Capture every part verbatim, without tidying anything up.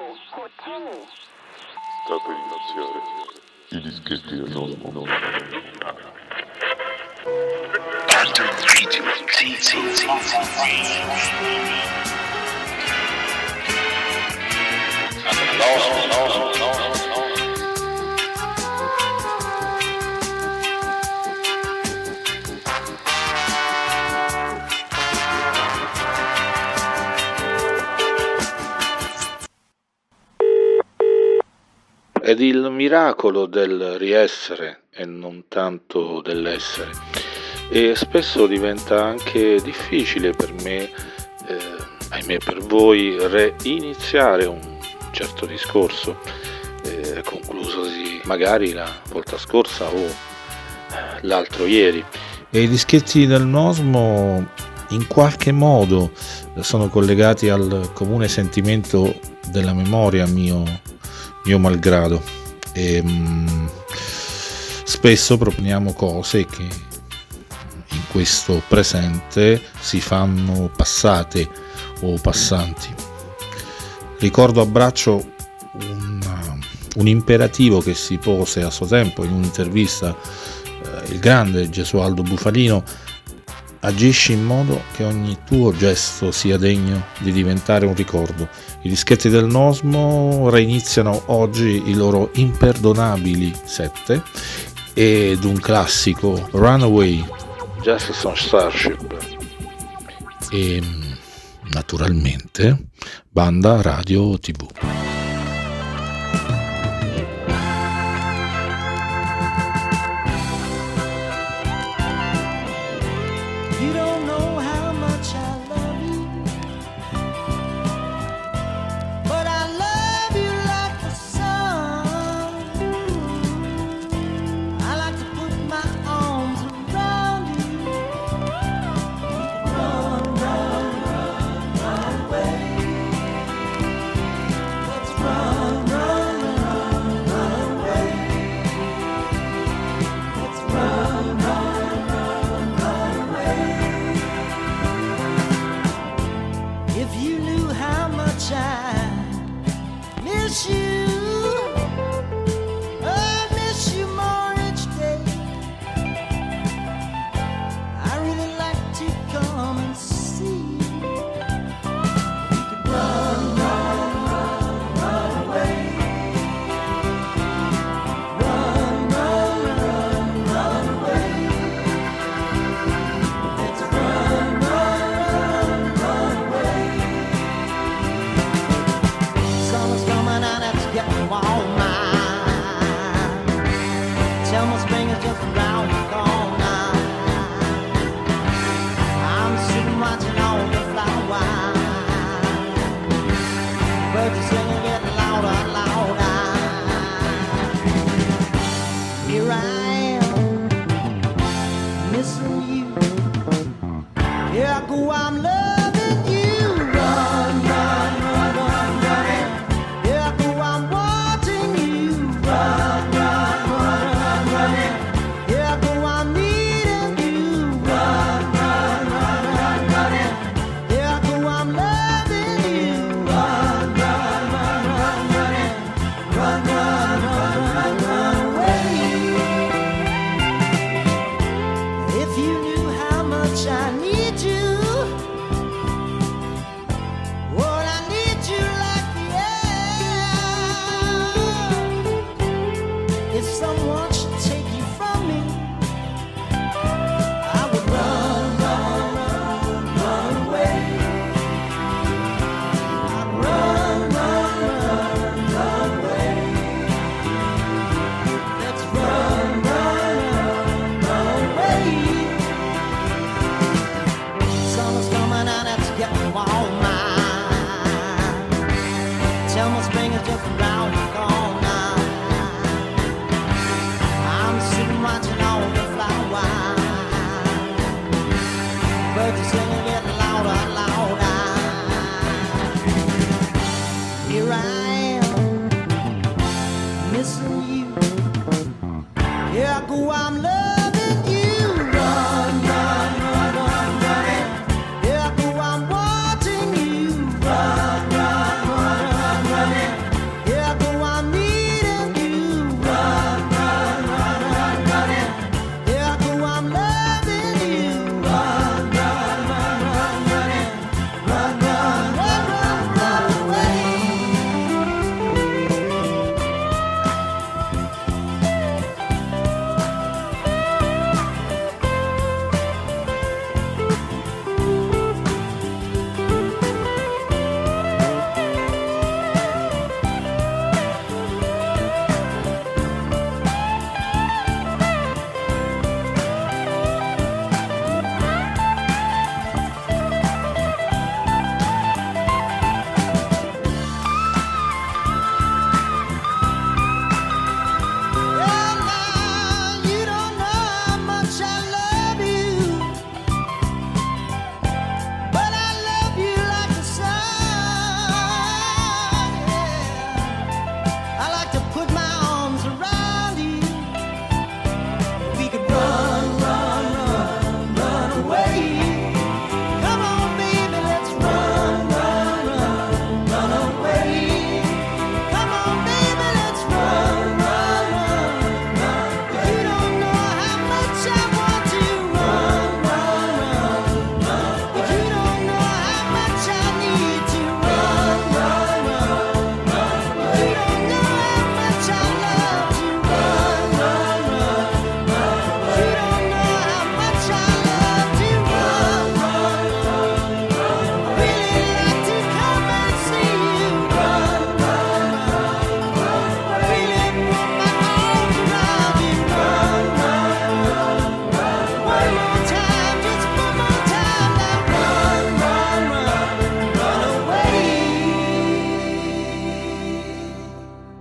State di iniziare i dischetti del Nosmo. Ed il miracolo del riessere e non tanto dell'essere. E spesso diventa anche difficile per me, eh, ahimè per voi, reiniziare un certo discorso, eh, conclusosi magari la volta scorsa o l'altro ieri. E i dischetti del Nosmo in qualche modo sono collegati al comune sentimento della memoria mio mio malgrado, e mh, spesso proponiamo cose che in questo presente si fanno passate o passanti. Ricordo a braccio un, un imperativo che si pose a suo tempo in un'intervista eh, il grande Gesualdo Bufalino: agisci in modo che ogni tuo gesto sia degno di diventare un ricordo. I dischetti del Nosmo reiniziano oggi i loro imperdonabili sette ed un classico, Runaway, Jefferson Starship, e naturalmente Banda Radio tivù. Run,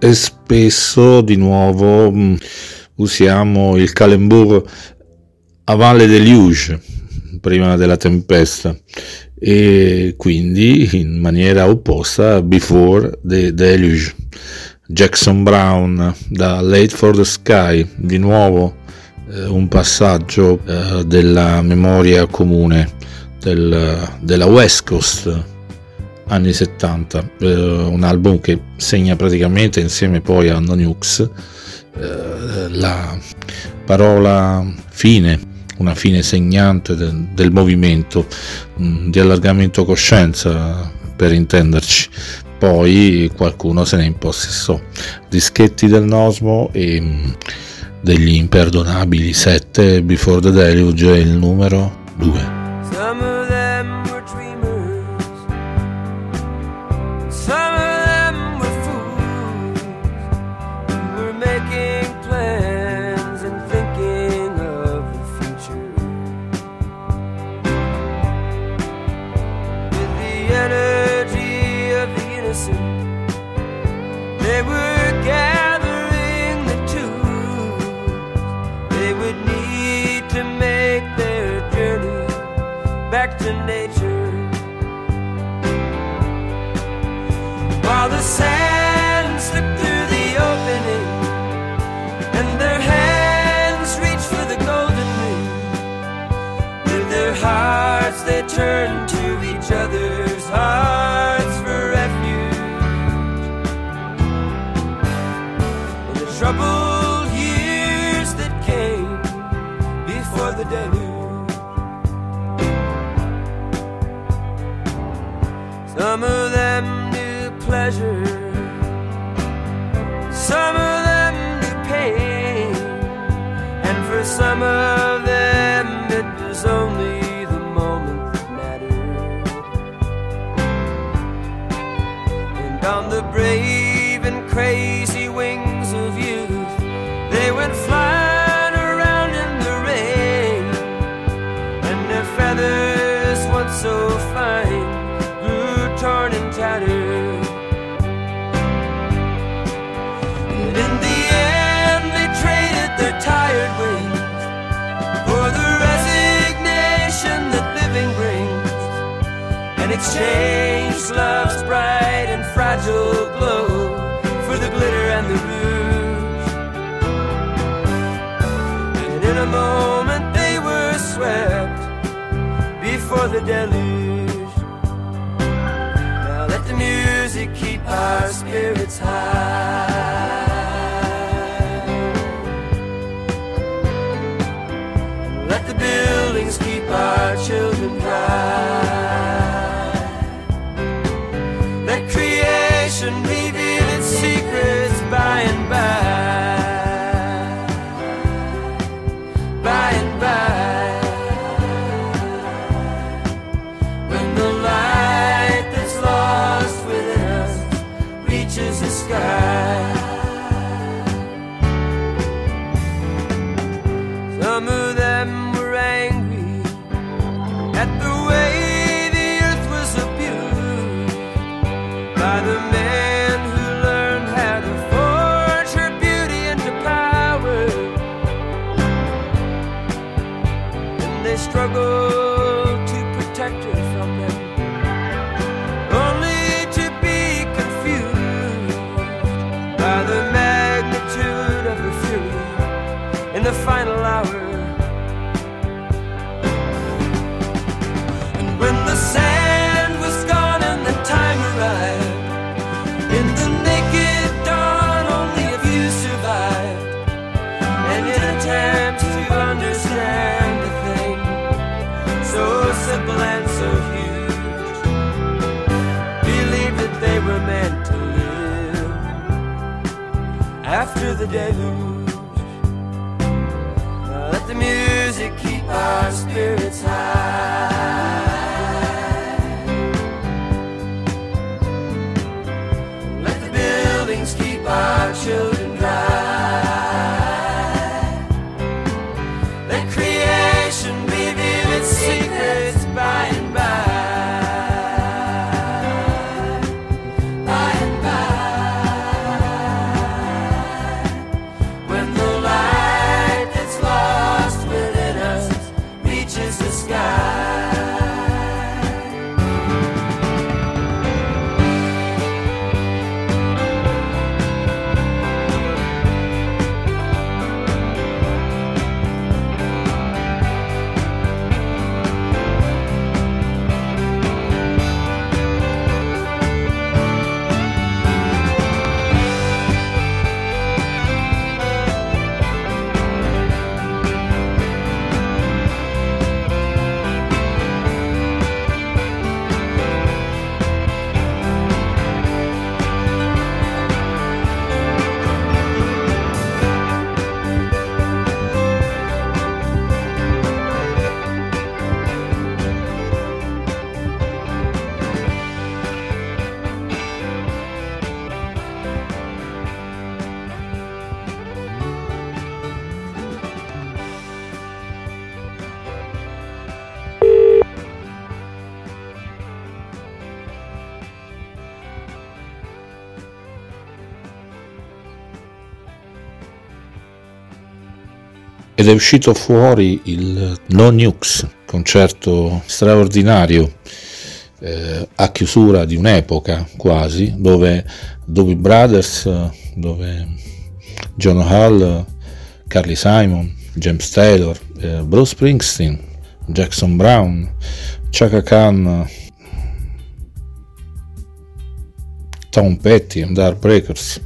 e spesso di nuovo mh, usiamo il calembour avant le déluge, prima della tempesta, e quindi in maniera opposta before the deluge. Jackson Browne da Late for the Sky, di nuovo eh, un passaggio eh, della memoria comune del, della West Coast anni settanta, eh, un album che segna praticamente insieme poi a No Nukes eh, la parola fine, una fine segnante del, del movimento mh, di allargamento coscienza, per intenderci. Poi qualcuno se ne impossessò. Dischetti del Nosmo e mh, degli imperdonabili sette, Before the Deluge è il numero due. They were gathering the tools they would need to make their journey back to nature. While the sand slipped through the opening and their hands reached for the golden ring, with their hearts they turned to each other's hearts for refuge. Troubled years that came before the deluge. Some of them knew pleasure, some of them knew pain, and for some of them it was only the moment that mattered. And on the brave and crazy wings of youth, they went flying around in the rain, and their feathers, once so fine, grew torn and tattered. And in the end they traded their tired wings for the resignation that living brings, and exchanged love's bright and fragile glow for the glitter and the rouge. And in a moment they were swept before the deluge. Now let the music keep our spirits high. Let the buildings keep our children dry. Let creation reveal its secrets by and by, by and by. When the light that's lost within us reaches the sky. Some of them were angry at the way the earth was abused by the man who learned how to forge her beauty into power. And they struggled to protect her from them, only to be confused by the magnitude of her fury in the final hour. And when the sand was gone and the time arrived, in the naked dawn only a few survived, and in attempts to understand a thing so simple and so huge, believed that they were meant to live after the deluge. Now let the music keep our spirits high. Let the buildings keep our children dry. Let creation reveal its secrets by and by, by and by. ed è uscito fuori il No Nukes, concerto straordinario eh, a chiusura di un'epoca quasi, dove Doobie Brothers, dove John Hall, Carly Simon, James Taylor, eh, Bruce Springsteen, Jackson Brown, Chaka Khan, Tom Petty and Heartbreakers,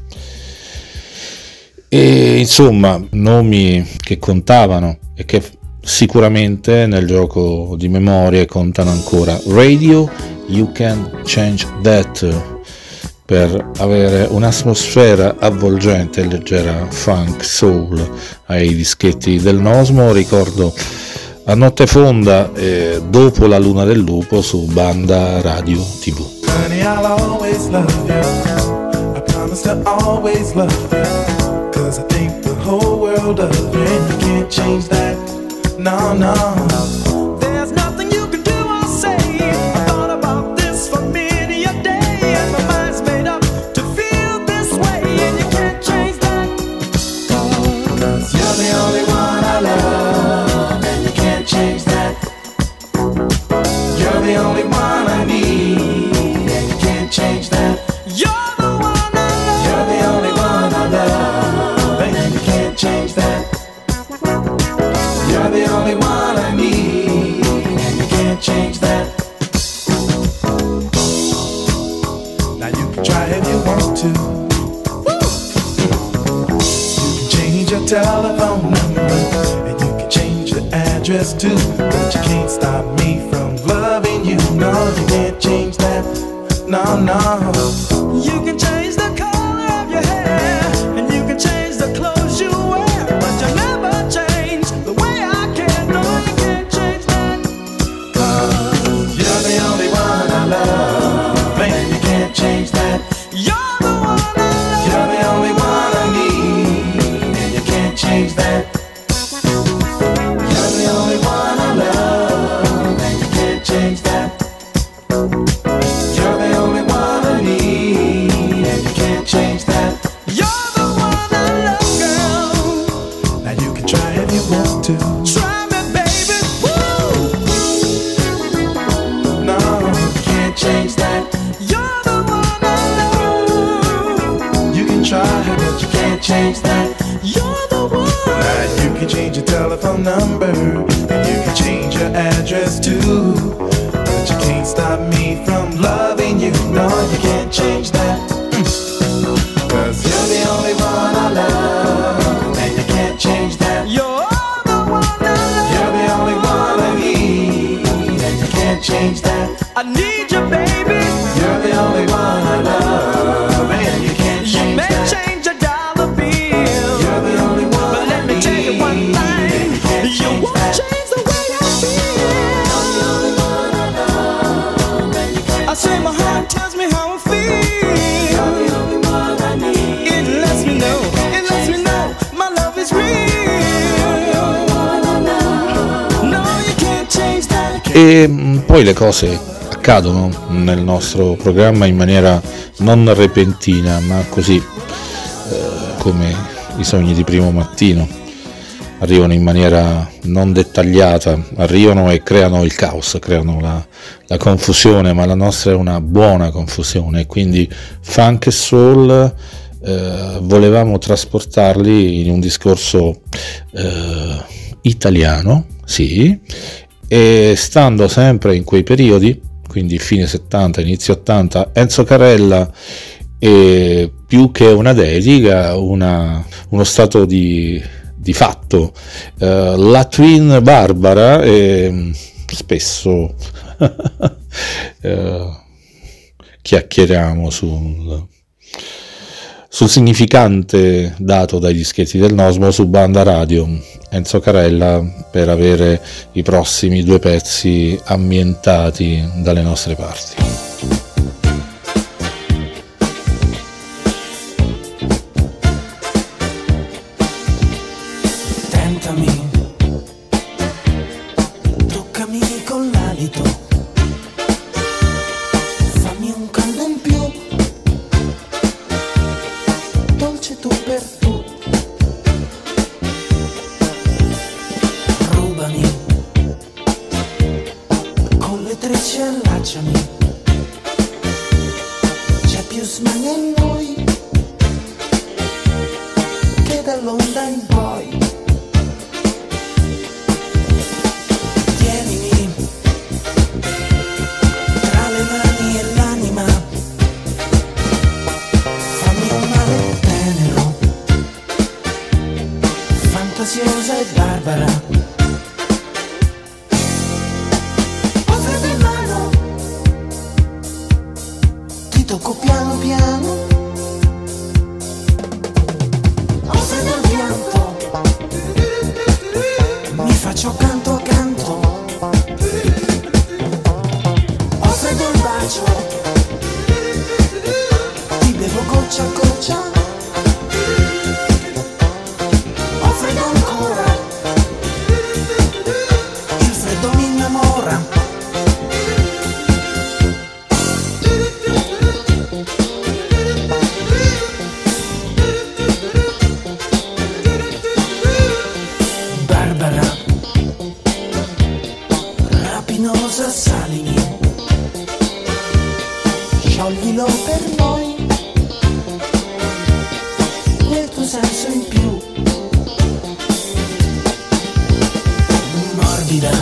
e insomma nomi che contavano e che sicuramente nel gioco di memorie contano ancora. Radio You Can Change That, per avere un'atmosfera avvolgente e leggera funk soul ai dischetti del Nosmo. Ricordo a notte fonda e dopo la luna del lupo su Banda Radio tivù. Honey, I'll always love you. I promise to always love you. Cause I think the whole world of you and you can't change that. No, no. There's nothing you can do or say. I thought about this for many a day, and my mind's made up to feel this way, and you can't change that. Cause you're the only one I love, and you can't change that. You're the only one I need, and you can't change that. You're the one I love. You're the only one I love, and you can't change that. You're the only one I need, and you can't change that. Now you can try if you want to. You can change your telephone number, and you can change your address too. But you can't stop me from loving you. No, you can't change that. No, no. You can change the color of your hair, and you can change the clothes you wear, but you never change the way I care. No, you can't change that. Cause you're the only one I love, and you can't change that. You're the one I love. You're the only one I need, and you can't change that. You're the only one I love, and you can't change that. You're the only one I need, and you can't change that. You're the one I love, girl. Now you can try if you want to. Try me, baby. Woo! No, you can't change that. You're the one I love. You can try, but you can't change that. You're the one. Now you can change your telephone number, and you can change your address too. But you can't stop me from loving you. No, you can't change that. Cause you're the only one I love, and you can't change that. You're the one I love. You're the only one I need, and you can't change that. I need you, baby. You're the only one I love, and you can't You change may that. change a dollar bill, You're the only one but let I me need, tell you one and thing. you can't You change won't that. change the way I feel. I say my heart tells me how I feel. You're the only one I need. It lets me know, it lets me know my love is real. No, you can't change that. E mh, poi le cose accadono nel nostro programma in maniera non repentina, ma così eh, come i sogni di primo mattino. Arrivano in maniera non dettagliata, arrivano e creano il caos, creano la, la confusione, ma la nostra è una buona confusione, quindi funk e soul eh, volevamo trasportarli in un discorso eh, italiano, sì, e stando sempre in quei periodi, quindi fine settanta, inizio ottanta, Enzo Carella, e più che una dedica, una, uno stato di, di fatto. Uh, la Twin Barbara, e spesso uh, chiacchieriamo sul, sul significante dato dai dischetti del Nosmo su Banda Radio. Enzo Carella, per avere i prossimi due pezzi ambientati dalle nostre parti. Tentami, toccami con l'alito, fammi un caldo in più, dolce tu per tu. più smania in noi che dall'onda in poi. Tienimi tra le mani e l'anima, fammi un male tenero, fantasiosa e barbara. Ho freddo in mano, ti tocco piano piano, ho freddo al pianto, mi faccio canto a canto, ho freddo al bacio, ti bevo goccia a goccia, ho freddo ancora, il freddo mi innamora. Barbara, rapinosa salimi, scioglilo per noi, quel tuo senso in più, morbida,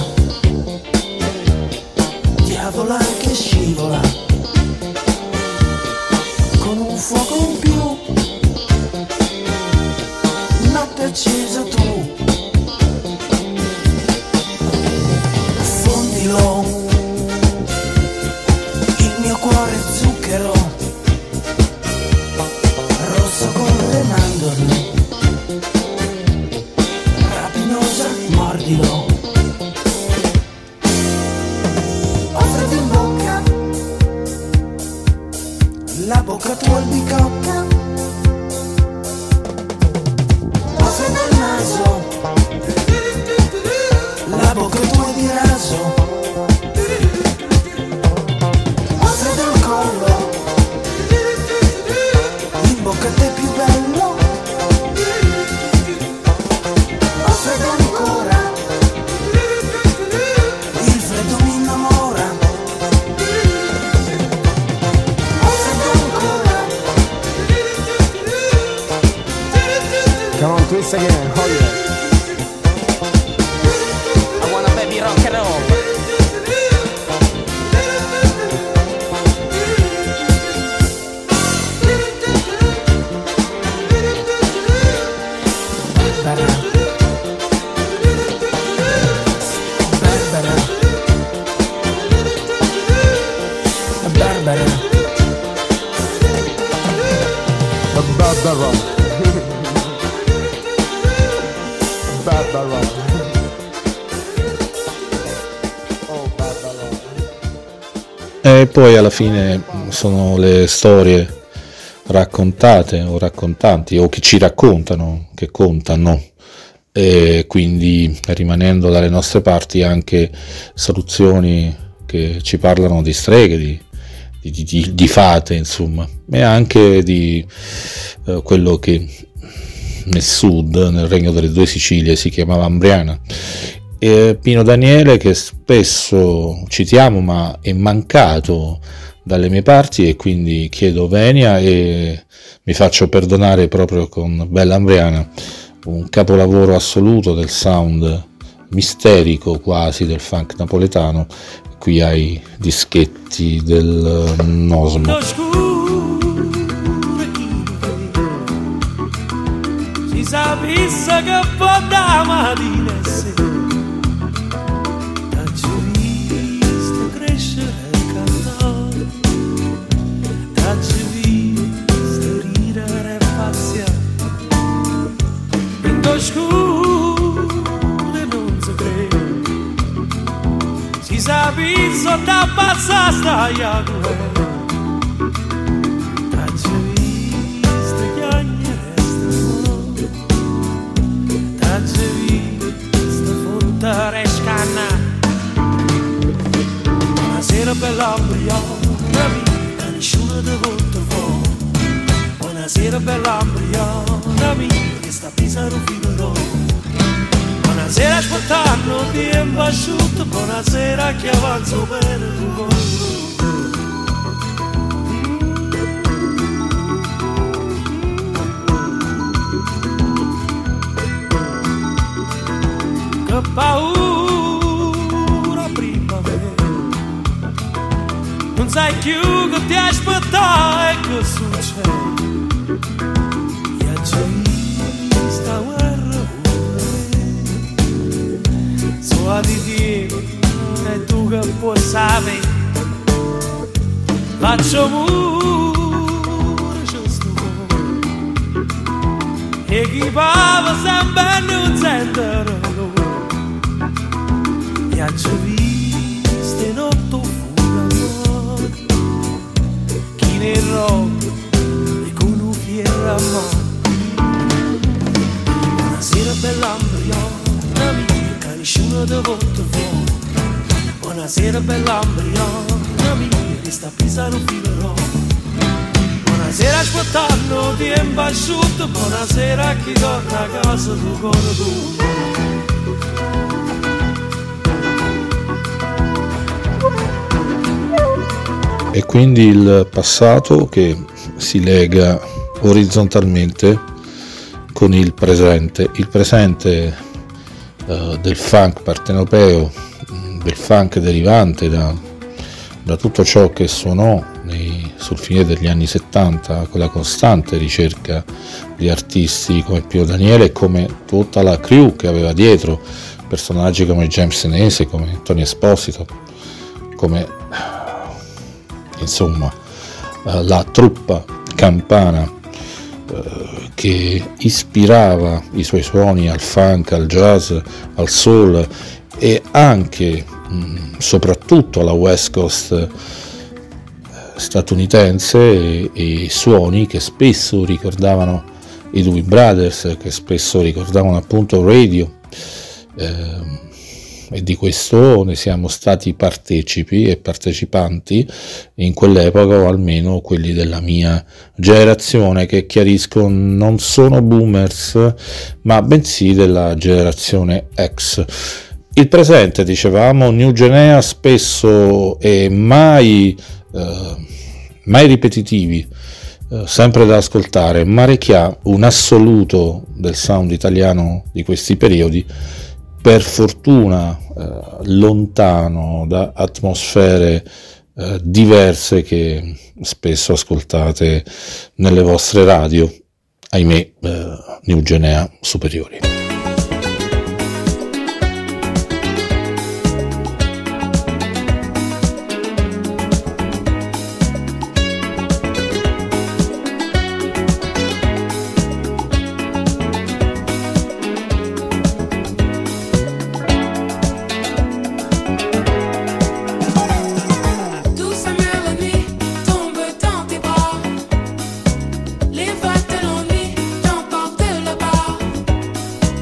diavola che scivola, con un fuoco in più, notte accesa tu, fondilo, il mio cuore zucchero, rosso con le mandorle, rapinosa, mordilo, ho freddo in bocca, la bocca tua albicocca, ho freddo al naso, la bocca tua di raso, ho freddo al collo, in bocca a te più bello, ho freddo ancora, il freddo mi innamora, ho freddo ancora. Come on, twist again, oh yeah. I wanna baby rock and roll. Barbara, Barbara, Barbara, Barbara. Barbara. Oh, Barbara. E poi alla fine sono le storie raccontate o raccontanti o che ci raccontano, che contano, e quindi rimanendo dalle nostre parti anche soluzioni che ci parlano di streghe, di, di, di, di fate, insomma, e anche di eh, quello che nel sud, nel Regno delle Due Sicilie, si chiamava Ambriana. E Pino Daniele, che spesso citiamo ma è mancato dalle mie parti, e quindi chiedo venia e mi faccio perdonare proprio con Bella Ambriana, un capolavoro assoluto del sound misterico quasi del funk napoletano, qui ai dischetti del Nosmo. Si sapesse che può da mattina e sera, t'ho visto crescere e cantare, t'ho visto ridere e pazziare, in oscuro e non si crede, si sapesse da passare stai a guerra, t'ho visto chiagnere e stare, t'ho visto fottare e scannare. Buonasera bella ambriana mia, nessuno ti volta fuori. Buonasera bella ambriana mia, che sta pisando un filo. Buonasera ascoltando tempo asciutto, buonasera che avanzo bene tu con. paura primavera. Non sai più che ti aspettare e che succede. E già vista guerra so additivo e tu che puoi sapere. Faccio mure giusto e chi parla sempre non sente l'odore. E già vista in otto fuori chi ne roba e con un fiero a mano. Buonasera bella ambriona mia che nessuno ti porta fuori. Buonasera bella ambriona mia che sta pisando un filerò. Buonasera aspettando tempo asciutto. Buonasera a chi torna a casa tu con tu. E quindi il passato che si lega orizzontalmente con il presente, il presente uh, del funk partenopeo, del funk derivante da, da tutto ciò che suonò nei, sul fine degli anni settanta, con la costante ricerca di artisti come Pio Daniele e come tutta la crew che aveva dietro, personaggi come James Senese, come Tony Esposito, come insomma la truppa campana eh, che ispirava i suoi suoni al funk, al jazz, al soul e anche mh, soprattutto alla West Coast eh, statunitense e, e suoni che spesso ricordavano i Doobie Brothers, che spesso ricordavano appunto Radio. Eh, e di questo ne siamo stati partecipi e partecipanti in quell'epoca, o almeno quelli della mia generazione, che chiarisco non sono boomers ma bensì della generazione X. Il presente, dicevamo, New Genea, spesso e mai eh, mai ripetitivi, eh, sempre da ascoltare, ma che ha un assoluto del sound italiano di questi periodi, per fortuna eh, lontano da atmosfere eh, diverse che spesso ascoltate nelle vostre radio, ahimè, eh, New Genea superiori. Les vagues de l'ennui t'emportent là-bas.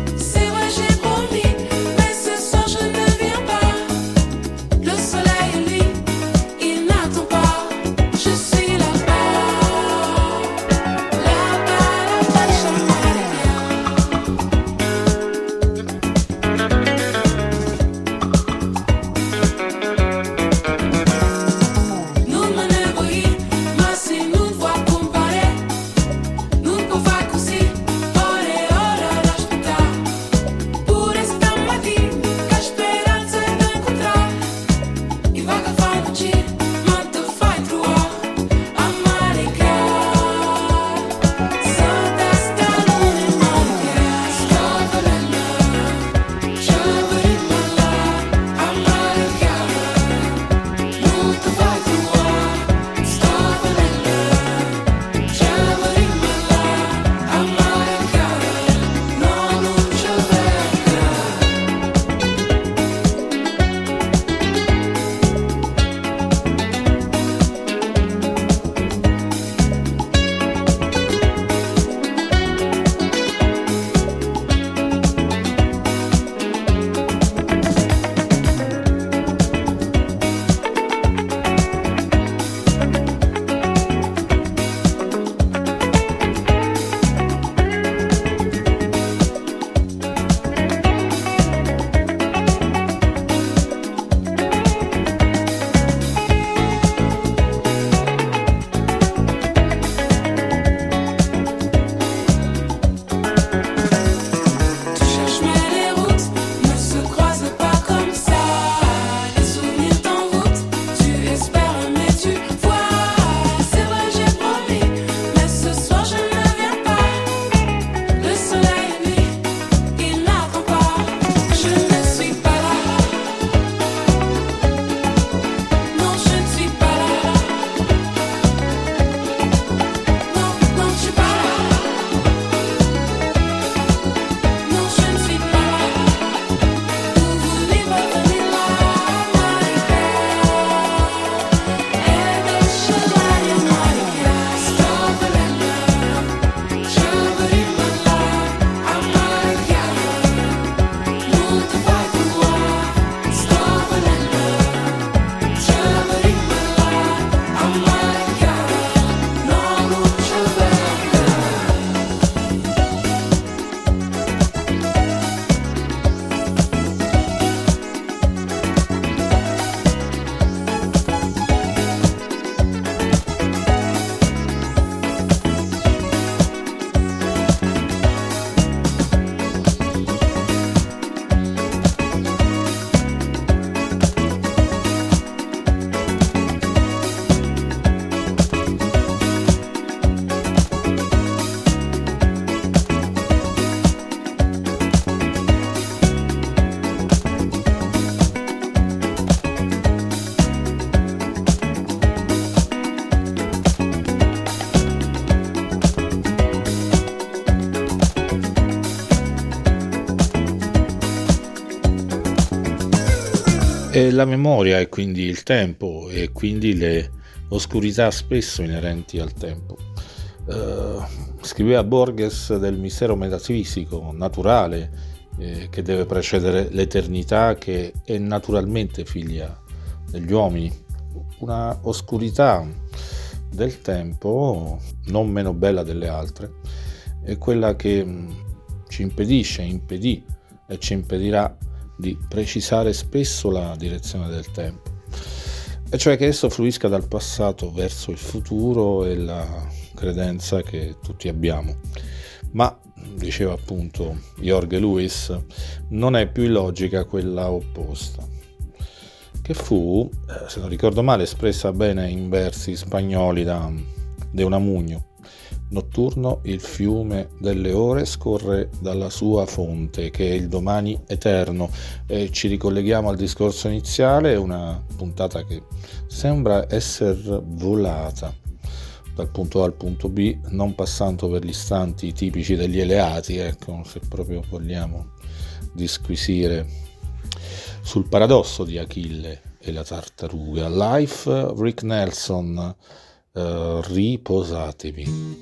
E la memoria e quindi il tempo e quindi le oscurità spesso inerenti al tempo. Uh, scriveva Borges del mistero metafisico naturale eh, che deve precedere l'eternità, che è naturalmente figlia degli uomini. Una oscurità del tempo non meno bella delle altre è quella che mh, ci impedisce, impedì e ci impedirà di precisare spesso la direzione del tempo, e cioè che esso fluisca dal passato verso il futuro e la credenza che tutti abbiamo. Ma, diceva appunto Jorge Luis, non è più illogica quella opposta, che fu, se non ricordo male, espressa bene in versi spagnoli da De Unamuno. Notturno il fiume delle ore scorre dalla sua fonte, che è il domani eterno, e ci ricolleghiamo al discorso iniziale, una puntata che sembra essere volata dal punto A al punto B, non passando per gli istanti tipici degli eleati, ecco, se proprio vogliamo disquisire sul paradosso di Achille e la tartaruga. Life, Rick Nelson, uh, riposatevi.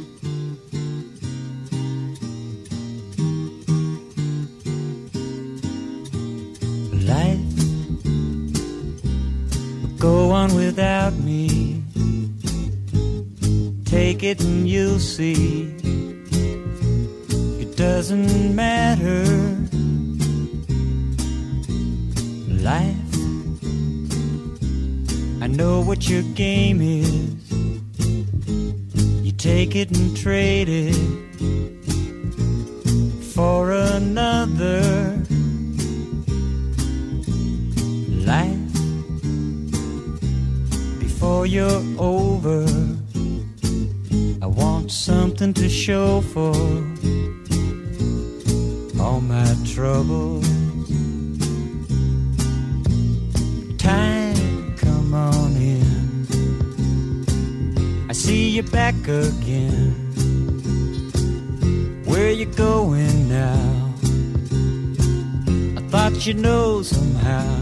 Life will go on without me. Take it and you'll see. It doesn't matter. Life, I know what your game is. You take it and trade it for another. Life, before you're over, I want something to show for all my troubles. Time, come on in. I see you back again. Where you going now? I thought you know somehow.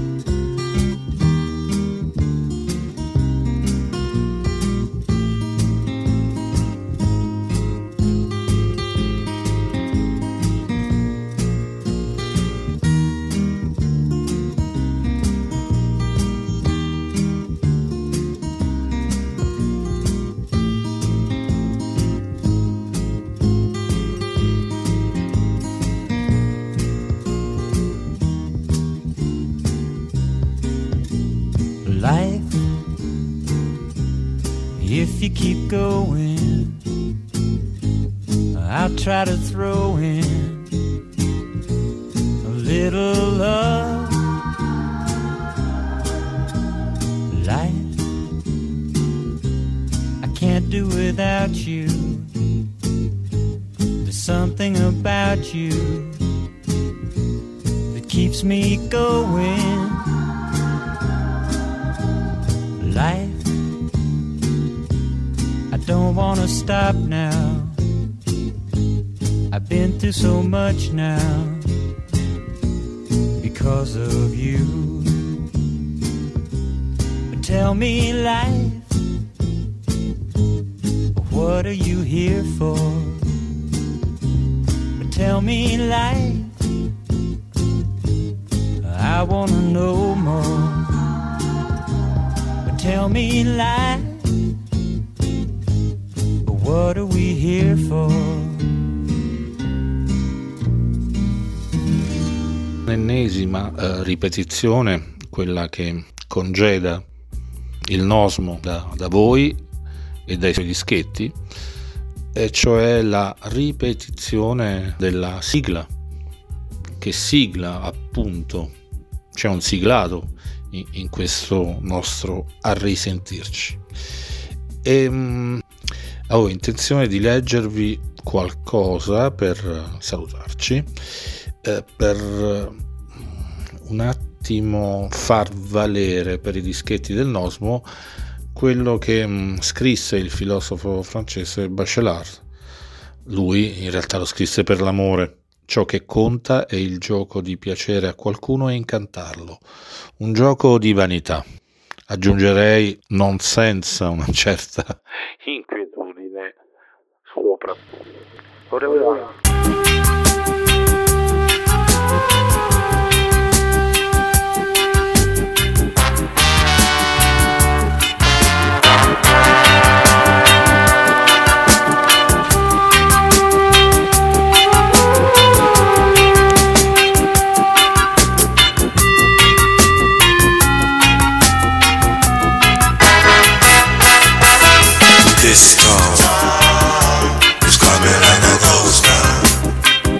If you keep going, I'll try to throw in a little love. Life, I can't do without you. There's something about you that keeps me going. Life, I don't wanna stop now. I've been through so much now because of you. But tell me, life, what are you here for? But tell me, life, I wanna know more. But tell me, life, what are we here for? L'ennesima uh, ripetizione, quella che congeda il Nosmo da, da voi e dai suoi dischetti, e cioè la ripetizione della sigla, che sigla appunto, c'è un siglato in, in questo nostro a risentirci. E mh, ho intenzione di leggervi qualcosa per salutarci, eh, per un attimo far valere per i dischetti del Nosmo quello che mh, scrisse il filosofo francese Bachelard. Lui in realtà lo scrisse per l'amore, Ciò che conta è il gioco di piacere a qualcuno e incantarlo, un gioco di vanità. Aggiungerei non senza una certa inquietudine soprattutto. Ora vediamo. This storm is coming like a ghost town.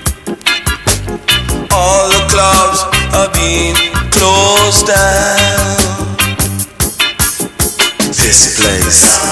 All the clubs are being closed down. This place